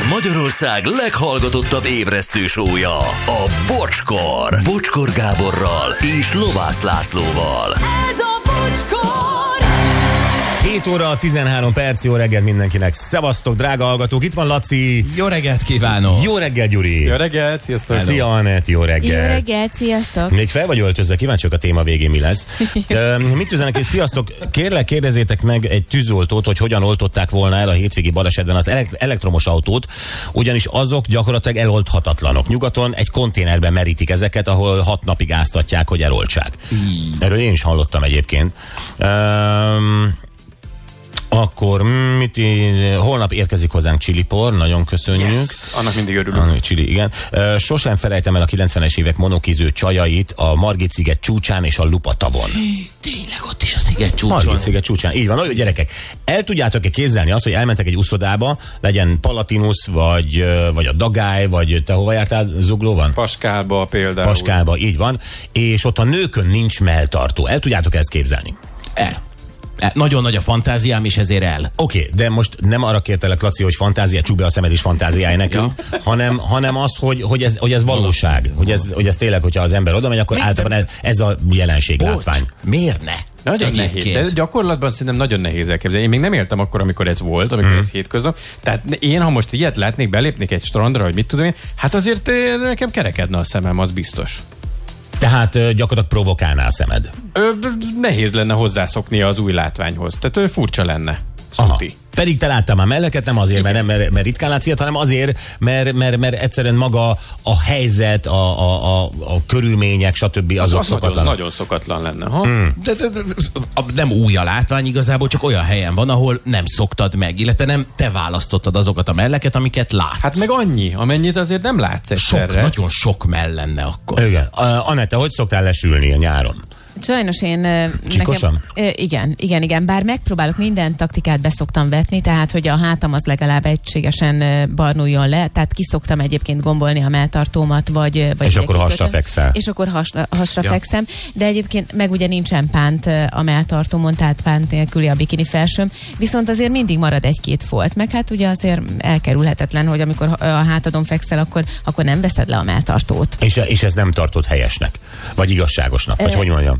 Magyarország leghallgatottabb ébresztő show-ja, a Bocskor. Bocskor Gáborral és Lovász Lászlóval. Ez a Bocskor! 7 óra 13 perc, jó reggelt mindenkinek. Szevasztok, drága hallgatók, itt van Laci. Jó reggelt kívánok. Jó reggelt, Gyuri. Jó reggelt, sziasztok. Szia, Anett, jó reggelt. Jó reggelt, sziasztok. Még fel vagy öltözve, kíváncsiak a téma végén mi lesz. Mit üzenek, és sziasztok, kérlek kérdezzétek meg egy tűzoltót, hogy hogyan oltották volna el a hétvégi balesetben az elektromos autót, ugyanis azok gyakorlatilag elolthatatlanok. Nyugaton egy konténerben merítik ezeket, ahol 6 napig áztatják, hogy eloltsák. Erről én is hallottam egyébként. Akkor holnap érkezik hozzánk Csillipor, nagyon köszönjük. Yes, annak mindig örülünk. Csili, igen. Sosem felejtem el a 90-es évek monokiző csajait a Margit-sziget csúcsán és a Lupa-tavon. Tényleg ott is a sziget csúcsán. Margit-sziget csúcsán, így van. Nagyon gyerekek, el tudjátok-e képzelni azt, hogy elmentek egy uszodába, legyen Palatinus, vagy a Dagály, vagy te hova jártál, Zuglóban? Paskálba például. Paskálba, így van. És ott a nőkön nincs melltartó. El tudjátok ezt képzelni? Nagyon nagy a fantáziám, és ezért el. Oké, de most nem arra kértelek, Laci, hogy fantázia, csukd be a szemed is fantáziája nekünk, hanem az, hogy ez valóság. Hogy ez tényleg, hogyha az ember oda megy, akkor általában ez a jelenség, látvány. Miért ne? Nagyon nehéz, de gyakorlatban szerintem nagyon nehéz elképzelni. Én még nem éltem akkor, amikor ez volt, amikor ez hétköznap. Tehát én, ha most ilyet látnék, belépnék egy strandra, hogy mit tudom én, hát azért nekem kerekedne a szemem, az biztos. Tehát gyakorlatilag provokálná a szemed. Nehéz lenne hozzászoknia az új látványhoz. Tehát furcsa lenne. Szuti. Pedig te láttál már melleket, nem azért, mert ritkán látsz ilyet, hanem azért, mert egyszerűen maga a helyzet, a körülmények, stb. Azok szokatlanok. Nagyon szokatlan lenne. De nem új a látvány igazából, csak olyan helyen van, ahol nem szoktad meg, illetve nem te választottad azokat a melleket, amiket látsz. Hát meg annyi, amennyit azért nem látsz egyszerre. Nagyon sok mell lenne akkor. Igen. Anett, hogy szoktál lesülni a nyáron? Sajnos én... Csikosan? Igen. Bár megpróbálok minden taktikát beszoktam vetni, tehát hogy a hátam az legalább egységesen barnuljon le, tehát kiszoktam egyébként gombolni a melltartómat, vagy és akkor hasra fekszel. És akkor hasra fekszem, de egyébként meg ugye nincsen pánt a melltartómon, tehát pánt nélküli a bikini felsőm, viszont azért mindig marad egy-két folt, meg hát ugye azért elkerülhetetlen, hogy amikor a hátadon fekszel, akkor nem veszed le a melltartót. És ez nem tartott helyesnek? Vagy igazságosnak? Vagy hogy mondjam?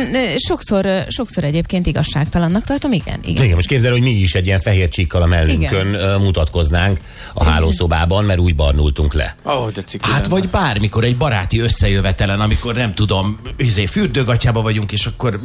Sokszor egyébként igazságtalannak tartom, igen. Igen, most képzel, hogy mi is egy ilyen fehér csíkkal a mellünkön mutatkoznánk a hálószobában, mert úgy barnultunk le. Hát vagy bármikor egy baráti összejövetelen, amikor nem tudom, fürdőgatyába vagyunk, és akkor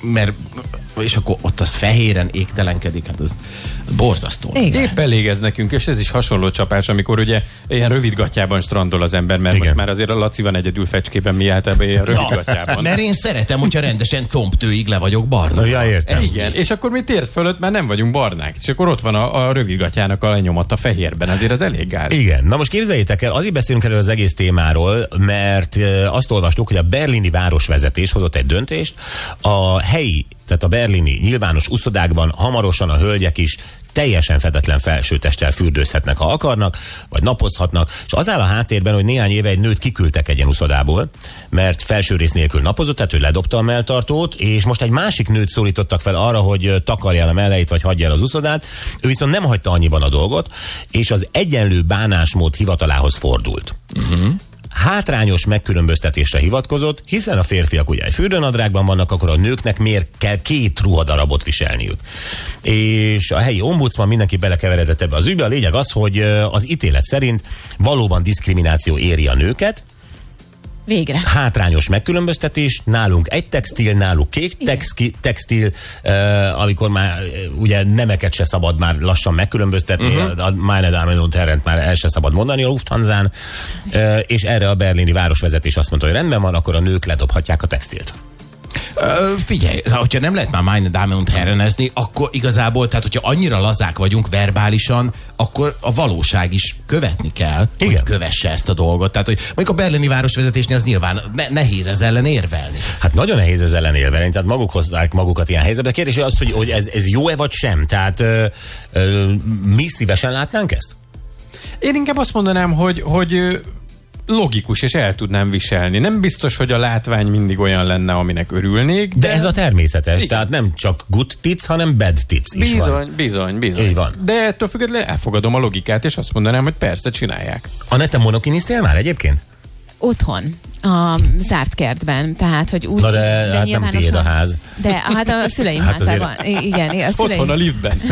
ott az fehéren égtelenkedik, hát az borzasztó. Épp elég ez nekünk, és ez is hasonló csapás, amikor ugye ilyen rövidgatjában strandol az ember, mert most már azért a Laci van egyedül fecskében, mi általában ilyen rövidgatjában. Mert én szeretem, hogyha rendesen combtőig le vagyok barna. Ja, értem. Igen, és akkor mi térd fölött már nem vagyunk barnák, és akkor ott van a rövidgatjának a lenyomata fehérben, azért az elég gáz. Igen, na most képzeljétek el, azért beszélünk erről az egész témáról, mert azt olvastuk, hogy a berlini városvezetés hozott egy döntést, a helyi, tehát a berlini nyilvános uszodákban hamarosan a hölgyek is teljesen fedetlen felsőtesttel fürdőzhetnek, ha akarnak, vagy napozhatnak, és az áll a háttérben, hogy néhány éve egy nőt kiküldtek egy ilyen uszodából, mert felső rész nélkül napozott, tehát ő ledobta a melltartót, és most egy másik nőt szólítottak fel arra, hogy takarja el a melleit, vagy hagyja el az uszodát, ő viszont nem hagyta annyiban a dolgot, és az egyenlő bánásmód hivatalához fordult. Hátrányos megkülönböztetésre hivatkozott, hiszen a férfiak ugye egy fürdőnadrágban vannak, akkor a nőknek miért kell 2 ruhadarabot viselniük. És a helyi ombudsman, mindenki belekeveredett ebbe az ügybe. A lényeg az, hogy az ítélet szerint valóban diszkrimináció éri a nőket. Végre. Hátrányos megkülönböztetés, nálunk egy textil, náluk 2 textil, amikor már ugye nemeket se szabad már lassan megkülönböztetni, a Meine Damen und Herren már el se szabad mondani a Lufthansa-n, és erre a berlini városvezetés azt mondta, hogy rendben van, akkor a nők ledobhatják a textilt. Figyelj, hogyha nem lehet már Meine Damen und Herrenezni, akkor igazából, tehát hogyha annyira lazák vagyunk verbálisan, akkor a valóság is követni kell, hogy kövesse ezt a dolgot. Tehát, hogy mondjuk a berlini városvezetésnél az nyilván nehéz ez ellen érvelni. Hát nagyon nehéz ez ellen érvelni, tehát maguk hozták magukat ilyen helyzetbe. Kérdés az, hogy ez jó-e vagy sem? Tehát mi szívesen látnánk ezt? Én inkább azt mondanám, hogy logikus, és el tudnám viselni. Nem biztos, hogy a látvány mindig olyan lenne, aminek örülnék. De ez a természetes, igen. Tehát nem csak good tits, hanem bad tits is van. Bizony. Így van. De ettől függetlenül elfogadom a logikát, és azt mondanám, hogy persze csinálják. Anett, te monokiniztél már egyébként? Otthon, a zárt kertben, tehát, hogy úgy... Na de hát nem tiéd a ház. De hát a szüleim Hát házában. Igen, a szüleim. Otthon a liftben.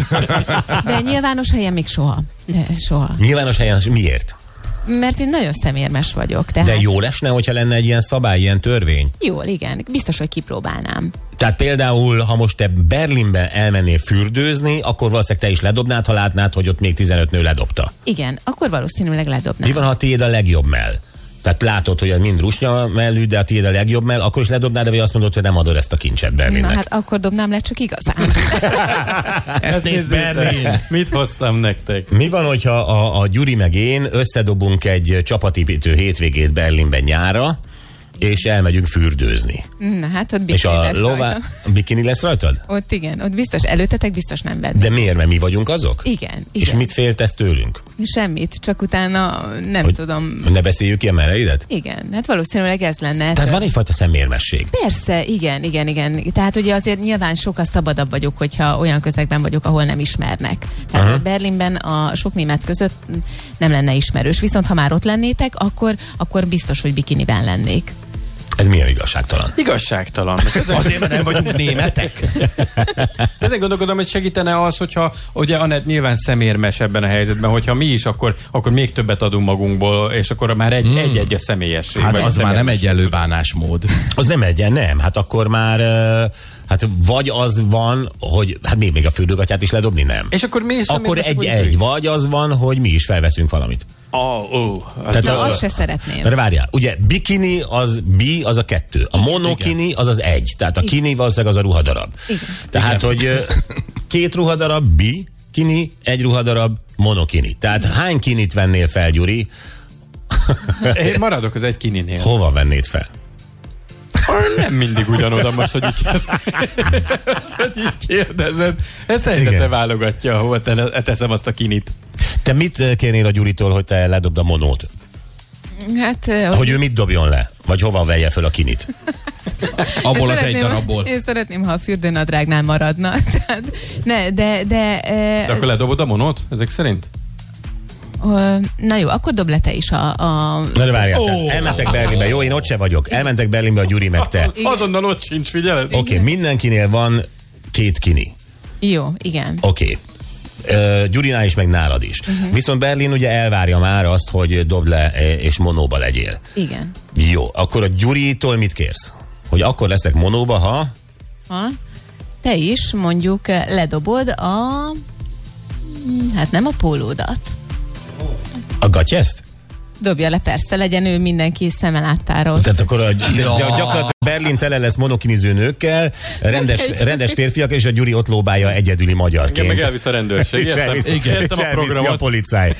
De nyilvános helyen még soha. De soha. Nyilvános helyen miért? Mert én nagyon szemérmes vagyok. Tehát... De jó lesne, hogyha lenne egy ilyen szabály, ilyen törvény? Jól, igen. Biztos, hogy kipróbálnám. Tehát például, ha most te Berlinben elmennél fürdőzni, akkor valószínűleg te is ledobnád, ha látnád, hogy ott még 15 nő ledobta. Igen, akkor valószínűleg ledobnám. Mi van, ha a tiéd a legjobb mell? Tehát látod, hogy mind rusnya mellű, de a tiéd a legjobb mell, akkor is ledobnád, de vagy azt mondod, hogy nem adod ezt a kincset Berlinnek. Na hát akkor dobnám le csak igazán. Ezt nézd, Berlin. Mit hoztam nektek? Mi van, hogyha a Gyuri meg én összedobunk egy csapatépítő hétvégét Berlinben nyára, és elmegyünk fürdőzni. Na hát ott És bikini a lesz rajta. bikini lesz rajtad? Ott igen, ott biztos előttetek biztos nem benne. De miért? Mert mi vagyunk azok? Igen. És mit féltesz tőlünk? Semmit, csak utána nem tudom. Ne beszéljük ki a melleidet? Igen, hát valószínűleg ez lenne. Tehát van egyfajta szemérmesség. Persze, igen. Tehát ugye azért nyilván sokkal szabadabb vagyok, hogyha olyan közegben vagyok, ahol nem ismernek. Tehát Berlinben a sok német között nem lenne ismerős. Viszont ha már ott lennétek, akkor biztos, hogy bikiniben lennék. Ez milyen igazságtalan? Igazságtalan. Azért, mert nem vagyunk németek. Ezen gondolkodom, hogy segítene az, hogyha ugye Anett nyilván szemérmes ebben a helyzetben, hogyha mi is, akkor még többet adunk magunkból, és akkor már egy a személyesség. Hát az már nem egyenlő bánásmód. Az nem nem. Hát akkor már... Hát vagy az van, hogy hát még a fürdőgatyát is ledobni, nem. És akkor mi is akkor egy, vagy az van, hogy mi is felveszünk valamit. Azt se szeretném. De várjál, ugye bikini az a 2, a monokini az 1, tehát a kini valószínűleg az a ruhadarab. Igen. Tehát, hogy 2 ruhadarab bikini, 1 ruhadarab monokini. Tehát hány kinit vennél fel, Gyuri? Én maradok az egy kininél. Hova vennéd fel? Nem mindig ugyanoda most, hogy így kérdezed. Ezt helyzete válogatja, ahol teszem azt a kinit. Te mit kérnél a Gyuritól, hogy te ledobd a monót? Hát, hogy ő mit dobjon le? Vagy hova vegye föl a kinit? Abból az egy darabból. Én szeretném, ha a fürdőnadrágnál maradna. Tehát, de akkor ledobod a monót, ezek szerint? Na jó, akkor dob le te is a... Na de várjál, elmentek Berlinbe. Jó, én ott se vagyok. Elmentek Berlinbe a Gyuri meg te. Azonnal ott sincs, figyeled? Oké, mindenkinél van 2 kini. Jó, igen. Oké. Gyurinál is, meg nálad is. Viszont Berlin ugye elvárja már azt, hogy dobd le és monóba legyél. Igen. Jó, akkor a Gyuritól mit kérsz? Hogy akkor leszek monóba, ha? Te is mondjuk ledobod hát nem a pólódat. A gatyeszt? Dobja le, persze, legyen ő mindenki szeme láttáról. Tehát akkor gyakorlatilag Berlin tele lesz monokiniző nőkkel, rendes férfiak, és a Gyuri ott lóbálja egyedüli magyarként. Igen, meg elvisz a rendőrség. És elviszi a policáj.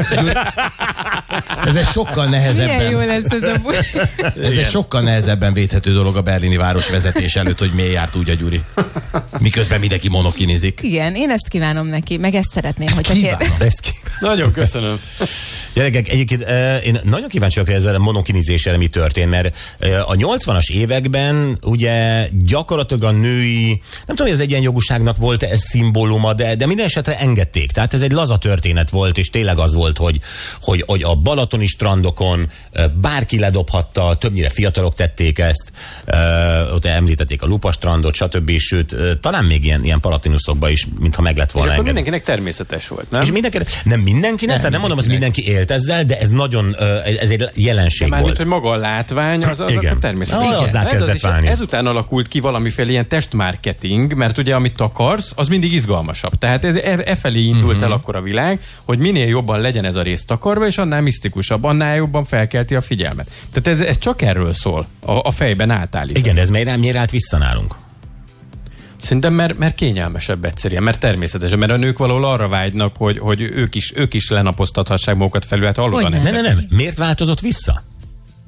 Ez egy sokkal nehezebben... Milyen jó lesz ez a Ez egy sokkal nehezebben védhető dolog a berlini városvezetés előtt, hogy miért járt úgy a Gyuri. Miközben mindenki monokinizik. Igen, én ezt kívánom neki, meg ezt szeretném, hogyha Nagyon köszönöm. Gyerekek, egyébként én nagyon kíváncsi vagyok ezzel a monokinizéssel, mi történt, mert a 80-as években ugye gyakorlatilag a női, nem tudom, hogy ez egyenjogúságnak volt ez szimbóluma, de minden esetre engedték. Tehát ez egy laza történet volt, és tényleg az volt, hogy a balatoni strandokon bárki ledobhatta, többnyire fiatalok tették ezt, ott említették a Lupa strandot, stb. Sőt, talán még ilyen palatinuszokban is, mintha meg lett volna. És akkor mindenkinek természetes volt, nem? És nem mindenkinek, tehát nem mondom, hogy mindenki élt ezzel, de ez nagyon, ez egy jelenség volt. Mármint, hogy maga a látvány, az akkor természetes. Azzá kezdett válni. Ezután alakult ki valamiféle ilyen testmarketing, mert ugye amit akarsz, az mindig izgalmasabb. Tehát ez felé indult el akkor a világ, hogy minél jobban legyen ez a rész takarva, és annál misztikusabb, annál jobban felkelti a figyelmet. Tehát ez csak erről szól, a fejben átállítani. Igen, de ez miért állt vissza nálunk? Szerintem mert kényelmesebb egyszerűen, mert természetesen, mert a nők valahol arra vágynak, hogy ők is lenapoztathassák magukat felül, hát aludani. Nem. Miért változott vissza?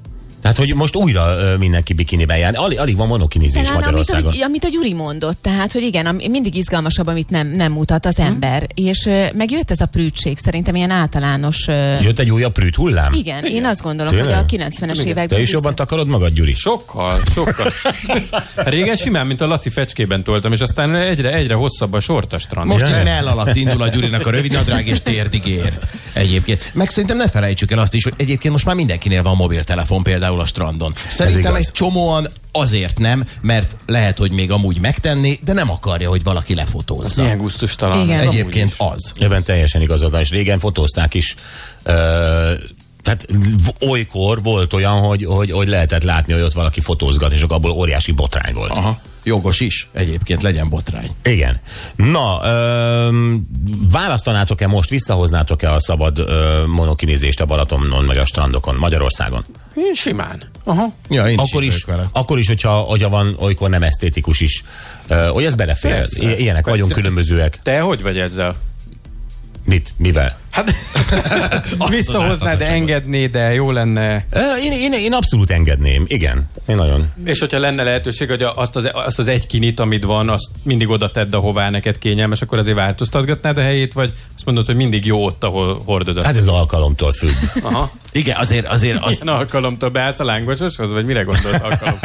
Tehát, hogy most újra mindenki bikiniben jár. Alig van monokinizés Magyarországon. Amit a Gyuri mondott, tehát, hogy igen, mindig izgalmasabb, amit nem mutat az ember. És megjött ez a prűdség, szerintem ilyen általános... Jött egy újabb prűd hullám? Igen, én azt gondolom, hogy a 90-es években... Te is jobban takarod magad, Gyuri? Sokkal. Régen simán, mint a Laci fecskében toltam, és aztán egyre hosszabb a sort a strand. Most így mell alatt indul a Gyurinak a rövidnadrág, és térdig ér. Egyébként. Meg szerintem ne felejtsük el azt is, hogy egyébként most már mindenkinél van mobiltelefon például a strandon. Szerintem egy csomóan azért nem, mert lehet, hogy még amúgy megtenni, de nem akarja, hogy valaki lefotózza. Milyen gusztustalan. Igen. Egyébként az. Ebben teljesen igazad van, és régen fotózták is. Tehát olykor volt olyan, hogy lehetett látni, hogy ott valaki fotózgat, és akkor abból óriási botrány volt. Aha. Jogos is, egyébként legyen botrány. Igen. Na, választanátok-e most, visszahoznátok-e a szabad monokinizést a Balatonon, meg a strandokon, Magyarországon? Én simán. Aha. Ja, én akkor is, hogyha van olykor nem esztétikus is. Hogy ez belefér? Ilyenek vagyunk, különbözőek. Te hogy vagy ezzel? Mivel? Hát visszahoznád, de engedné, de jó lenne. Én abszolút engedném, igen. Én nagyon. És hogyha lenne lehetőség, hogy azt az egy kinit, amit van, azt mindig oda tedd, ahová neked kényelmes, akkor azért változtatgatnád a helyét, vagy azt mondod, hogy mindig jó ott, ahol hordod. Hát ez alkalomtól függ. Aha. Igen, azért az... Milyen alkalomtól beállsz a lángososhoz, vagy mire gondolsz alkalom?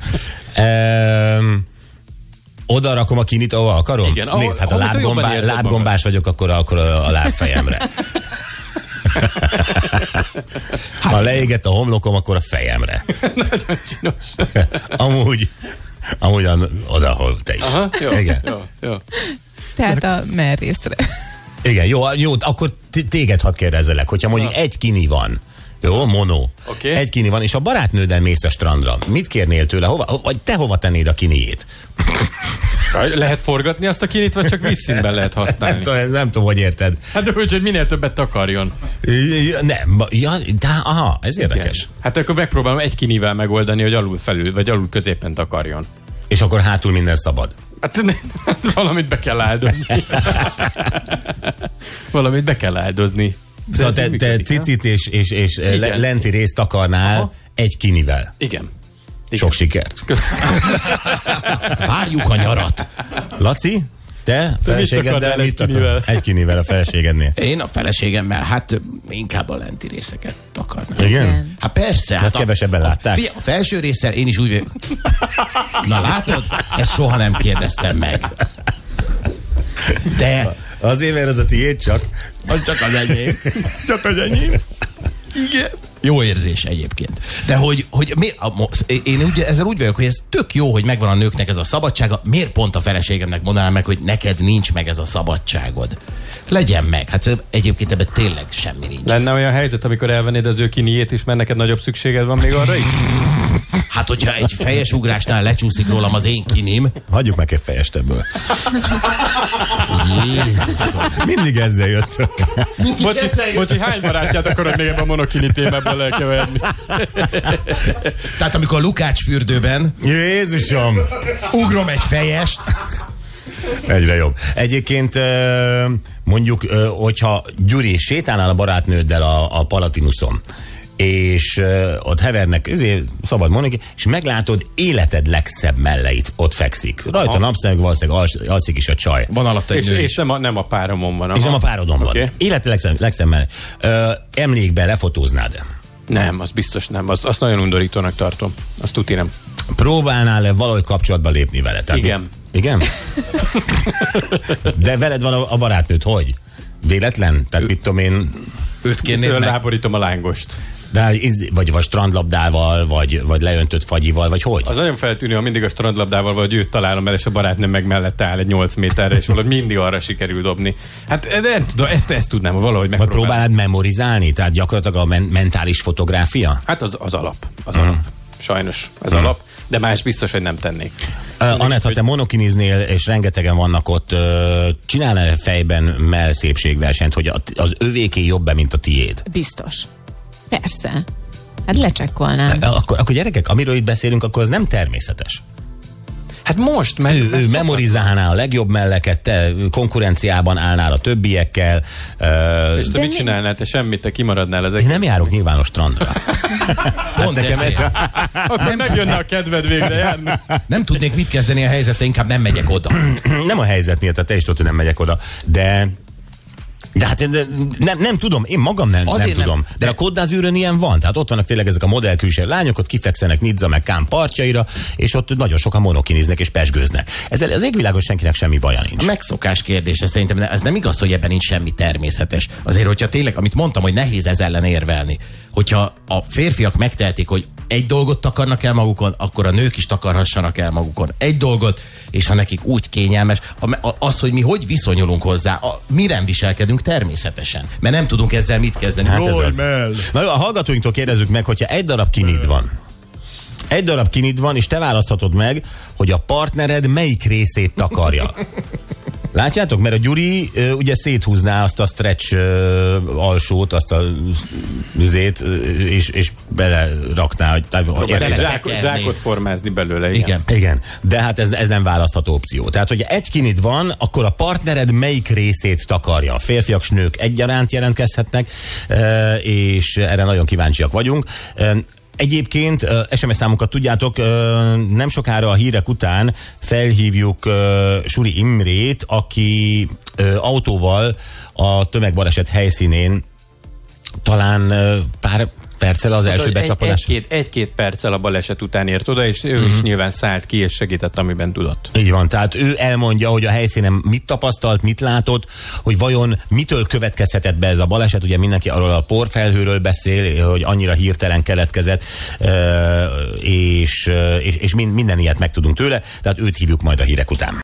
Oda rakom a kinit, ahol akarom? Igen, nézd, hát a lábgombás vagyok, akkor a lábfejemre. Ha leégett a homlokom, akkor a fejemre. Nagyon csinos. Amúgy oda, ahol te is. Aha, jó, igen. Jó. Tehát a merrésztre. Igen, jó, akkor téged hadd kérdezzelek, hogyha mondjuk egy kini van, jó, mono. Okay. Egy kini van, és a barátnőddel mész a strandra. Mit kérnél tőle? Vagy te hova tennéd a kiniét? Lehet forgatni azt a kinit, vagy csak vízszínben lehet használni? Nem tudom, hogy érted. Hát de hogy minél többet takarjon. Nem, aha, ez érdekes. Igen. Hát akkor megpróbálom egy kinivel megoldani, hogy alul felül, vagy alul középen takarjon. És akkor hátul minden szabad. Hát valamit be kell áldozni. Valamit be kell áldozni. Szóval te cicit és lenti részt takarnál egy kinivel. Igen. Sok sikert. Várjuk a nyarat. Laci, te feleségeddel mit takarnál? Egy kinivel a feleségednél. Én a feleségemmel, hát inkább a lenti részeket takarnám. Igen? Hát persze. Hát kevesebben látták. A felső résszel én is úgy... Na látod? Ezt soha nem kérdeztem meg. De... Azért, mert az a tiéd csak. Az csak az enyém. Csak az enyém. Igen. Jó érzés egyébként. De hogy én ugye ezzel úgy vagyok, hogy ez tök jó, hogy megvan a nőknek ez a szabadsága. Miért pont a feleségemnek mondanám meg, hogy neked nincs meg ez a szabadságod? Legyen meg. Hát egyébként ebben tényleg semmi nincs. Lenne olyan helyzet, amikor elvennéd az ő kiniét is, mert neked nagyobb szükséged van még arra is? Hát, hogyha egy fejes ugrásnál lecsúszik rólam az én kinim. Hagyjuk meg egy fejest ebből. Mindig ezzel jött. Bocsi, hány barátját akarod még ebben a monokini témában elkeverni? Tehát amikor a Lukács fürdőben Jézusom! ugrom egy fejest. Egyre jobb. Egyébként mondjuk, hogyha Gyuri sétálnál a barátnőddel a Palatinuson, és ott hevernek, ezért szabad mondani, és meglátod életed legszebb melleit, ott fekszik. Rajta napszemüveg, valószínűleg alszik is a csaj. Van alatt egy nő és nem a páromon van. És nem a párodon van. Életed legszebb melleit. Emlékbe lefotóznád? Nem, az biztos nem. Azt nagyon undorítónak tartom. Azt tuti nem. Próbálnál-e valahogy kapcsolatba lépni vele? Tehát igen. Igen? De veled van a barátnőd, hogy? Véletlen? Tehát mit tudom én... Őt kérnéd meg? Ráborítom a lángost. De vagy strandlabdával, vagy leöntött fagyival, vagy hogy? Az nagyon feltűnő, ha mindig a strandlabdával vagy őt találom el, és a barátnőm meg mellette áll egy 8 méterre, és valahogy mindig arra sikerül dobni. Hát nem tudom, ezt tudnám valahogy megpróbálni. Vagy próbálnád memorizálni? Tehát gyakorlatilag a mentális fotográfia? Hát az alap. Alap. Sajnos az alap. De más biztos, hogy nem tennék. Anett, ha te monokiniznél, és rengetegen vannak ott, csinálnál fejben mell szépségversenyt, hogy az övéké jobb-e, mint a tiéd? Biztos. Persze. Hát lecsekkolnám. Akkor gyerekek, amiről itt beszélünk, akkor az nem természetes. Hát most, ő memorizálná a legjobb melleket, te konkurenciában állnál a többiekkel. És te mit csinálnál? Te semmit, te kimaradnál az Én nem járok nyilvános strandra. Pont nekem ezért. Akkor megjönne a kedved végre járni. Nem tudnék mit kezdeni a helyzetre, inkább nem megyek oda. Nem a helyzet miatt, te is tudod, hogy nem megyek oda, de hát nem tudom, én magam nem tudom. De a Côte d'Azurön ilyen van. Tehát ott vannak tényleg ezek a modellkülső lányok, ott kifekszenek Nizza meg Cannes partjaira, és ott nagyon sokan monokiniznek és pesgőznek. Ezzel az égvilágon senkinek semmi baja nincs. A megszokás kérdése szerintem ez nem igaz, hogy ebben nincs semmi természetes. Azért, hogyha tényleg, amit mondtam, hogy nehéz ez ellen érvelni, hogyha a férfiak megtehetik, hogy egy dolgot takarnak el magukon, akkor a nők is takarhassanak el magukon egy dolgot, és ha nekik úgy kényelmes, az, hogy mi hogy viszonyulunk hozzá, mire viselkedünk természetesen. Mert nem tudunk ezzel mit kezdeni. Hát Na jó, a hallgatóinktól kérdezzük meg, hogyha egy darab kinid van, és te választhatod meg, hogy a partnered melyik részét takarja. Látjátok? Mert a Gyuri ugye széthúzná azt a stretch alsót, azt a zét, és belerakná. Zsákot formázni belőle. Igen. De hát ez nem választható opció. Tehát, hogy egy kinid van, akkor a partnered melyik részét takarja? A férfiak s nők egyaránt jelentkezhetnek, és erre nagyon kíváncsiak vagyunk. Egyébként SMS számunkat tudjátok, nem sokára a hírek után felhívjuk Suri Imrét, aki autóval a tömegbaleset helyszínén talán pár perccel az első becsapodás. Egy-két perccel a baleset után ért oda, és ő is nyilván szállt ki, és segített, amiben tudott. Így van, tehát ő elmondja, hogy a helyszínen mit tapasztalt, mit látott, hogy vajon mitől következhetett be ez a baleset. Ugye mindenki arról a porfelhőről beszél, hogy annyira hirtelen keletkezett, és minden ilyet megtudunk tőle, tehát őt hívjuk majd a hírek után.